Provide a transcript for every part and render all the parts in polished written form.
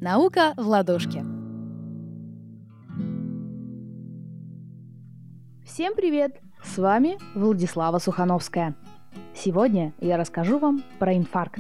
Наука в ладошке. Всем привет! С вами Владислава Сухановская. Сегодня я расскажу вам про инфаркт.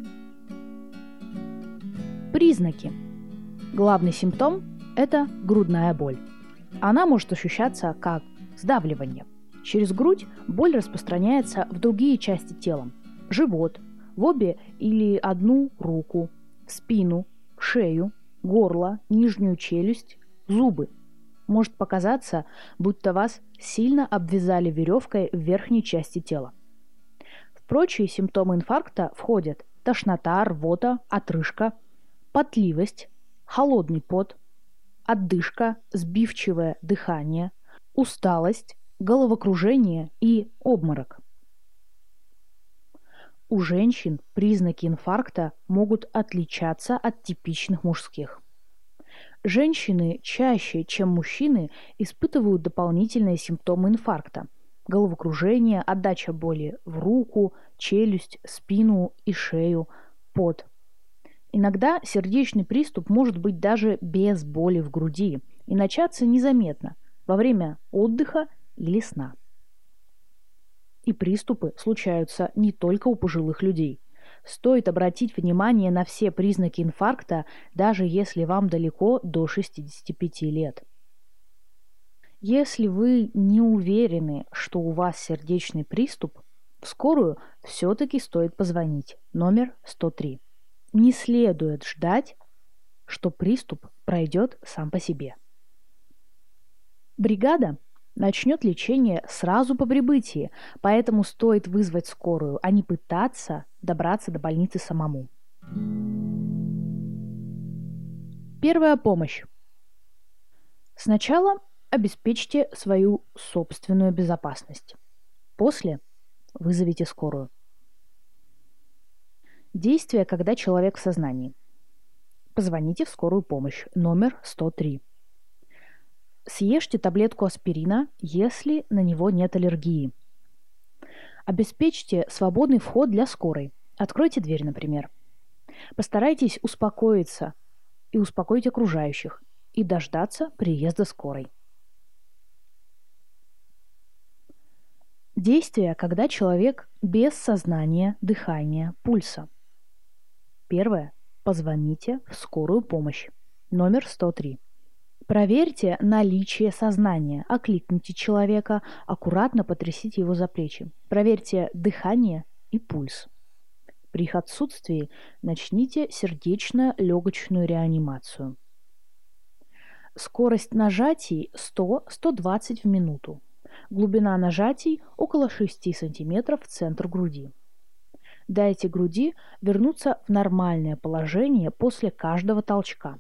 Признаки. Главный симптом – это грудная боль. Она может ощущаться как сдавливание. Через грудь боль распространяется в другие части тела – живот, в обе или одну руку, спину, шею, горло, нижнюю челюсть, зубы. Может показаться, будто вас сильно обвязали веревкой в верхней части тела. В прочие симптомы инфаркта входят тошнота, рвота, отрыжка, потливость, холодный пот, отдышка, сбивчивое дыхание, усталость, головокружение и обморок. У женщин признаки инфаркта могут отличаться от типичных мужских. Женщины чаще, чем мужчины, испытывают дополнительные симптомы инфаркта – головокружение, отдача боли в руку, челюсть, спину и шею, пот. Иногда сердечный приступ может быть даже без боли в груди и начаться незаметно во время отдыха или сна. И приступы случаются не только у пожилых людей. Стоит обратить внимание на все признаки инфаркта, даже если вам далеко до 65 лет. Если вы не уверены, что у вас сердечный приступ, в скорую все-таки стоит позвонить. Номер 103. Не следует ждать, что приступ пройдет сам по себе. Бригада начнет лечение сразу по прибытии, поэтому стоит вызвать скорую, а не пытаться добраться до больницы самому. Первая помощь. Сначала обеспечьте свою собственную безопасность. После вызовите скорую. Действия, когда человек в сознании. Позвоните в скорую помощь. Номер 103. Съешьте таблетку аспирина, если на него нет аллергии. Обеспечьте свободный вход для скорой. Откройте дверь, например. Постарайтесь успокоиться и успокоить окружающих и дождаться приезда скорой. Действия, когда человек без сознания, дыхания, пульса. Первое. Позвоните в скорую помощь. Номер 103. Проверьте наличие сознания, окликните человека, аккуратно потрясите его за плечи. Проверьте дыхание и пульс. При их отсутствии начните сердечно-легочную реанимацию. Скорость нажатий 100-120 в минуту. Глубина нажатий около 6 см в центр груди. Дайте груди вернуться в нормальное положение после каждого толчка.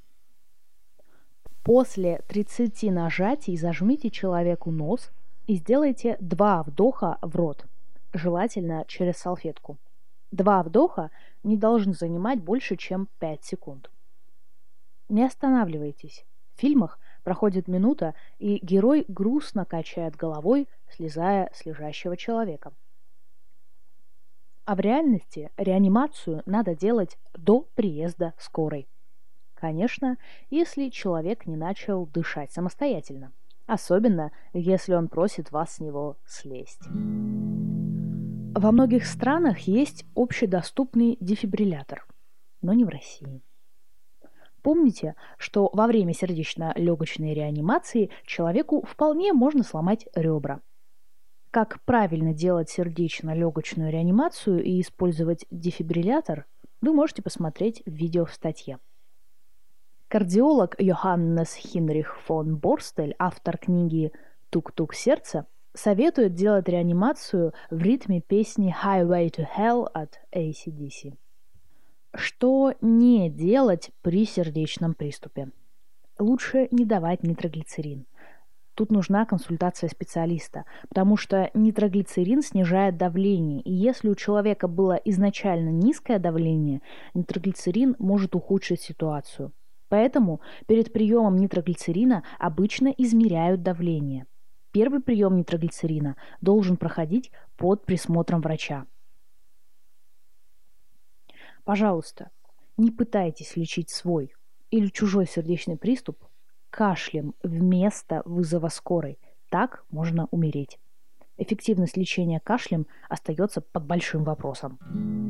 После 30 нажатий зажмите человеку нос и сделайте 2 вдоха в рот, желательно через салфетку. 2 вдоха не должны занимать больше, чем 5 секунд. Не останавливайтесь. В фильмах проходит минута, и герой грустно качает головой, слезая с лежащего человека. А в реальности реанимацию надо делать до приезда скорой. Конечно, если человек не начал дышать самостоятельно. Особенно, если он просит вас с него слезть. Во многих странах есть общедоступный дефибриллятор, но не в России. Помните, что во время сердечно-легочной реанимации человеку вполне можно сломать ребра. Как правильно делать сердечно-легочную реанимацию и использовать дефибриллятор, вы можете посмотреть видео в статье. Кардиолог Йоханнес Хинрих фон Борстель, автор книги «Тук-тук сердце», советует делать реанимацию в ритме песни «Highway to Hell» от AC/DC. Что не делать при сердечном приступе? Лучше не давать нитроглицерин. Тут нужна консультация специалиста, потому что нитроглицерин снижает давление, и если у человека было изначально низкое давление, нитроглицерин может ухудшить ситуацию. Поэтому перед приемом нитроглицерина обычно измеряют давление. Первый прием нитроглицерина должен проходить под присмотром врача. Пожалуйста, не пытайтесь лечить свой, или чужой сердечный приступ кашлем вместо вызова скорой. Так можно умереть. Эффективность лечения кашлем остается под большим вопросом.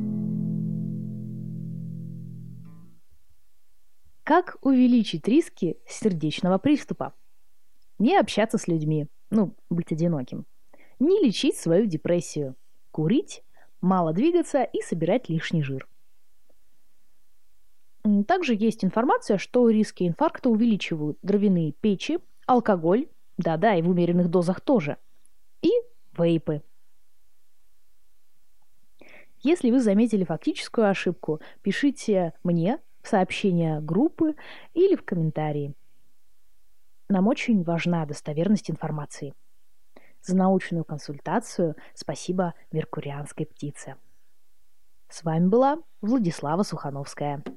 Как увеличить риски сердечного приступа? Не общаться с людьми, быть одиноким. Не лечить свою депрессию. Курить, мало двигаться и собирать лишний жир. Также есть информация, что риски инфаркта увеличивают дровяные печи, алкоголь, да-да, и в умеренных дозах тоже, и вейпы. Если вы заметили фактическую ошибку, пишите мне в сообщения группы или в комментарии. Нам очень важна достоверность информации. За научную консультацию спасибо меркурианской птице. С вами была Владислава Сухановская.